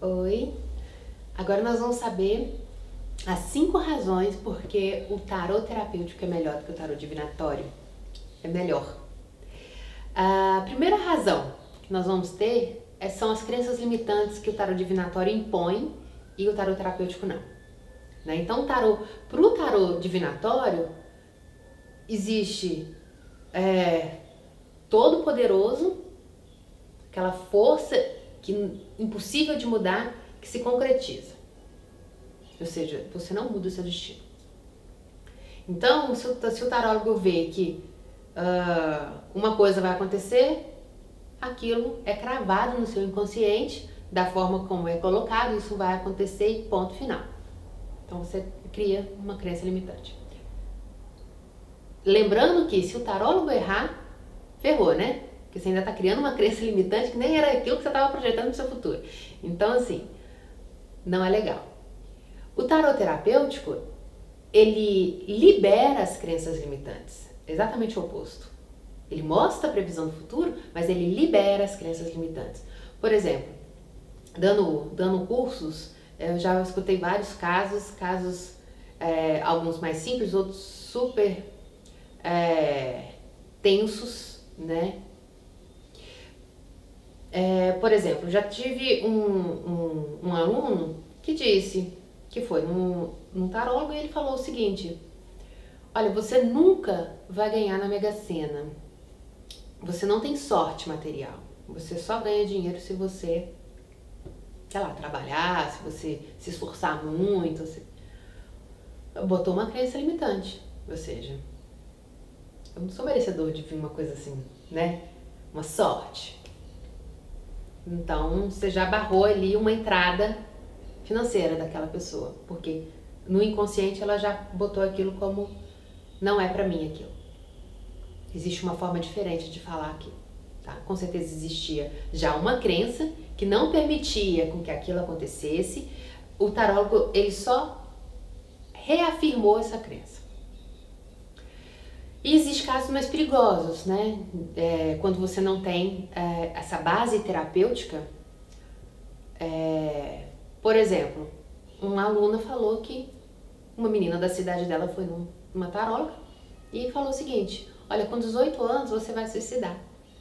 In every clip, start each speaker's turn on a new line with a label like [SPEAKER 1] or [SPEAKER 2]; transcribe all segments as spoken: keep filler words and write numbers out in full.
[SPEAKER 1] Oi, agora nós vamos saber as cinco razões porque o tarô terapêutico é melhor do que o tarô divinatório. É melhor. A primeira razão que nós vamos ter são as crenças limitantes que o tarô divinatório impõe e o tarô terapêutico não. Né? Então, o tarô, para o tarô divinatório, existe é, todo poderoso, aquela força que, impossível de mudar, que se concretiza. Ou seja, você não muda o seu destino. Então, se o, se o tarólogo vê que uh, uma coisa vai acontecer, aquilo é cravado no seu inconsciente, da forma como é colocado, isso vai acontecer e ponto final. Então, você cria uma crença limitante. Lembrando que se o tarólogo errar, ferrou, né? Porque você ainda está criando uma crença limitante que nem era aquilo que você estava projetando no seu futuro. Então, assim, não é legal. O tarô terapêutico, ele libera as crenças limitantes. Exatamente o oposto. Ele mostra a previsão do futuro, mas ele libera as crenças limitantes. Por exemplo, dando, dando cursos, eu já escutei vários casos, casos, é, alguns mais simples, outros super é, tensos, né? É, por exemplo, já tive um, um, um aluno que disse que foi num, num tarólogo e ele falou o seguinte: olha, você nunca vai ganhar na Mega Sena, você não tem sorte material, você só ganha dinheiro se você, sei lá, trabalhar, se você se esforçar muito. Você... botou uma crença limitante, ou seja, eu não sou merecedor de vir uma coisa assim, né? Uma sorte. Então, você já barrou ali uma entrada financeira daquela pessoa, porque no inconsciente ela já botou aquilo como não é pra mim aquilo. Existe uma forma diferente de falar aqui, tá? Com certeza existia já uma crença que não permitia com que aquilo acontecesse. O tarólogo, ele só reafirmou essa crença. E existem casos mais perigosos, né? É, quando você não tem é, essa base terapêutica. É, por exemplo, uma aluna falou que uma menina da cidade dela foi numa taróloga e falou o seguinte: olha, com dezoito anos você vai suicidar.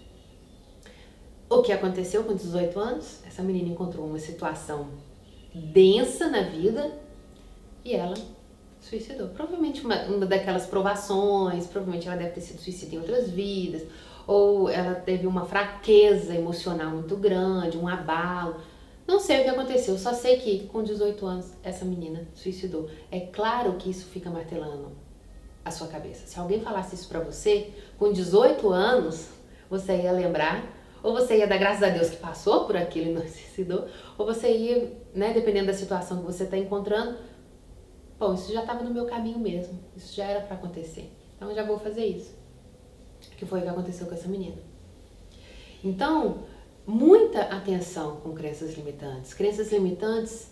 [SPEAKER 1] O que aconteceu com dezoito anos? Essa menina encontrou uma situação densa na vida e ela suicidou. Provavelmente uma, uma daquelas provações, provavelmente ela deve ter sido suicida em outras vidas, ou ela teve uma fraqueza emocional muito grande, um abalo. Não sei o que aconteceu, só sei que com dezoito anos essa menina suicidou. É claro que isso fica martelando a sua cabeça. Se alguém falasse isso pra você, com dezoito anos, você ia lembrar, ou você ia dar graças a Deus que passou por aquilo e não suicidou, ou você ia, né, dependendo da situação que você está encontrando, bom, isso já estava no meu caminho mesmo, isso já era para acontecer, então eu já vou fazer isso. Que foi o que aconteceu com essa menina. Então, muita atenção com crenças limitantes. Crenças limitantes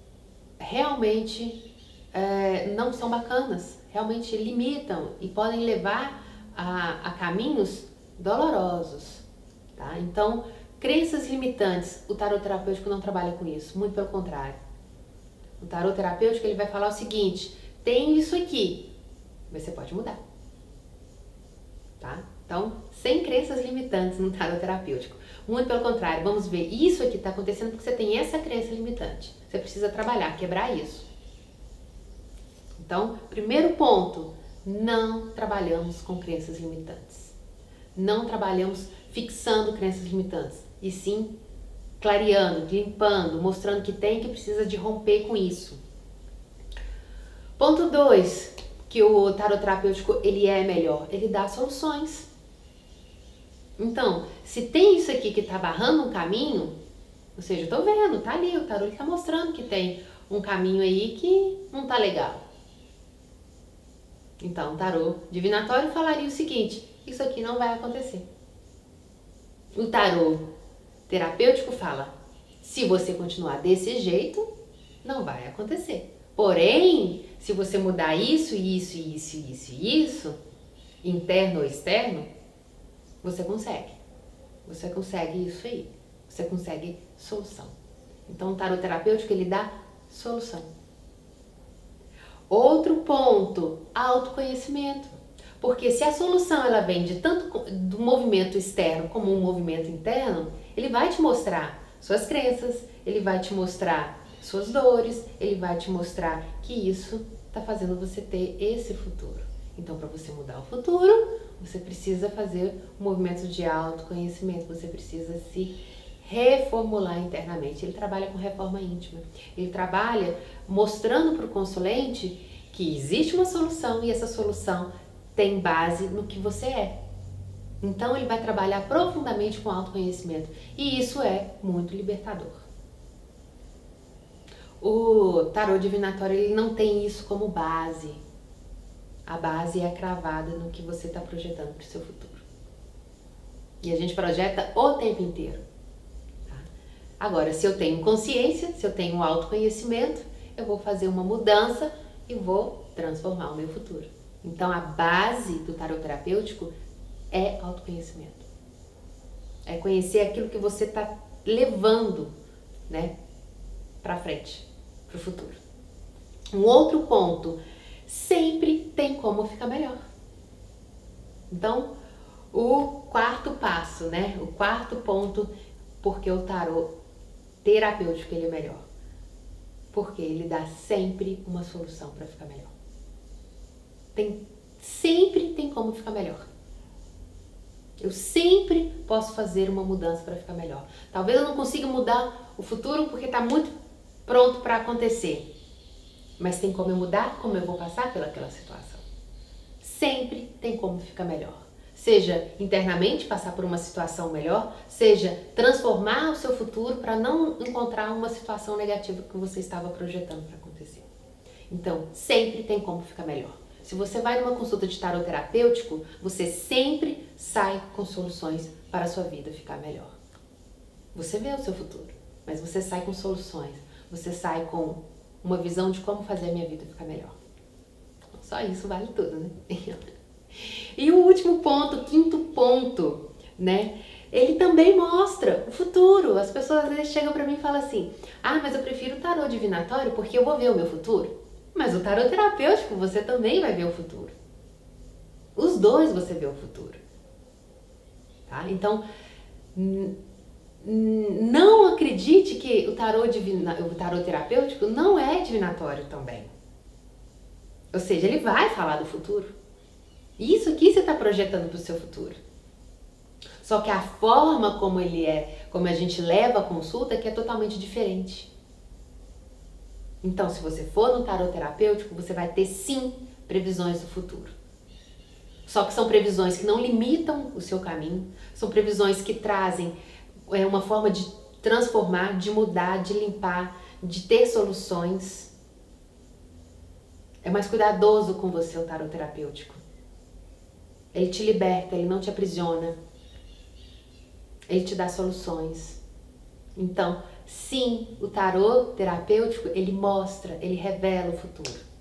[SPEAKER 1] realmente é, não são bacanas, realmente limitam e podem levar a, a caminhos dolorosos, tá? Então, crenças limitantes, o tarot terapêutico não trabalha com isso, muito pelo contrário. O tarot terapêutico, ele vai falar o seguinte: tem isso aqui, mas você pode mudar, tá? Então, sem crenças limitantes no tarot terapêutico. Muito pelo contrário, vamos ver, isso aqui está acontecendo porque você tem essa crença limitante. Você precisa trabalhar, quebrar isso. Então, primeiro ponto, não trabalhamos com crenças limitantes. Não trabalhamos fixando crenças limitantes, e sim clareando, limpando, mostrando que tem, que precisa de romper com isso. Ponto dois, que o tarot terapêutico, ele é melhor, ele dá soluções. Então, se tem isso aqui que tá barrando um caminho, ou seja, eu tô vendo, tá ali, o tarot tá mostrando que tem um caminho aí que não tá legal. Então, o tarot divinatório falaria o seguinte: isso aqui não vai acontecer. O tarot terapêutico fala: se você continuar desse jeito, não vai acontecer. Porém, se você mudar isso, isso, isso, isso e isso, interno ou externo, você consegue. Você consegue isso aí. Você consegue solução. Então o tarot terapêutico ele dá solução. Outro ponto, autoconhecimento. Porque se a solução ela vem de tanto do movimento externo como um movimento interno, ele vai te mostrar suas crenças, ele vai te mostrar suas dores, ele vai te mostrar que isso está fazendo você ter esse futuro. Então, para você mudar o futuro, você precisa fazer um movimento de autoconhecimento, você precisa se reformular internamente. Ele trabalha com reforma íntima, ele trabalha mostrando para o consulente que existe uma solução e essa solução tem base no que você é. Então ele vai trabalhar profundamente com autoconhecimento e isso é muito libertador. O tarô divinatório ele não tem isso como base. A base é cravada no que você está projetando para o seu futuro. E a gente projeta o tempo inteiro. Tá? Agora, se eu tenho consciência, se eu tenho autoconhecimento, eu vou fazer uma mudança e vou transformar o meu futuro. Então, a base do tarot terapêutico é autoconhecimento. É conhecer aquilo que você está levando, né, para frente, para o futuro. Um outro ponto, sempre tem como ficar melhor. Então, o quarto passo, né, o quarto ponto, porque o tarot terapêutico ele é melhor. Porque ele dá sempre uma solução para ficar melhor. Tem, sempre tem como ficar melhor. Eu sempre posso fazer uma mudança para ficar melhor. Talvez eu não consiga mudar o futuro porque está muito pronto para acontecer. Mas tem como eu mudar, como eu vou passar pelaquela situação. Sempre tem como ficar melhor. Seja internamente passar por uma situação melhor, seja transformar o seu futuro para não encontrar uma situação negativa que você estava projetando para acontecer. Então, sempre tem como ficar melhor. Se você vai numa consulta de tarot terapêutico, você sempre sai com soluções para a sua vida ficar melhor. Você vê o seu futuro, mas você sai com soluções. Você sai com uma visão de como fazer a minha vida ficar melhor. Só isso vale tudo, né? E o último ponto, o quinto ponto, né? Ele também mostra o futuro. As pessoas às vezes chegam para mim e falam assim: ah, mas eu prefiro o tarot divinatório porque eu vou ver o meu futuro. Mas o tarot terapêutico você também vai ver o futuro. Os dois você vê o futuro. Tá? Então, não acredite que o tarot, divina, o tarot terapêutico não é divinatório também. Ou seja, ele vai falar do futuro. Isso aqui você está projetando para o seu futuro. Só que a forma como ele é, como a gente leva a consulta, é que é totalmente diferente. Então, se você for no tarot terapêutico, você vai ter sim previsões do futuro. Só que são previsões que não limitam o seu caminho, são previsões que trazem é, uma forma de transformar, de mudar, de limpar, de ter soluções. É mais cuidadoso com você o tarot terapêutico. Ele te liberta, ele não te aprisiona. Ele te dá soluções. Então, sim, o tarot terapêutico, ele mostra, ele revela o futuro.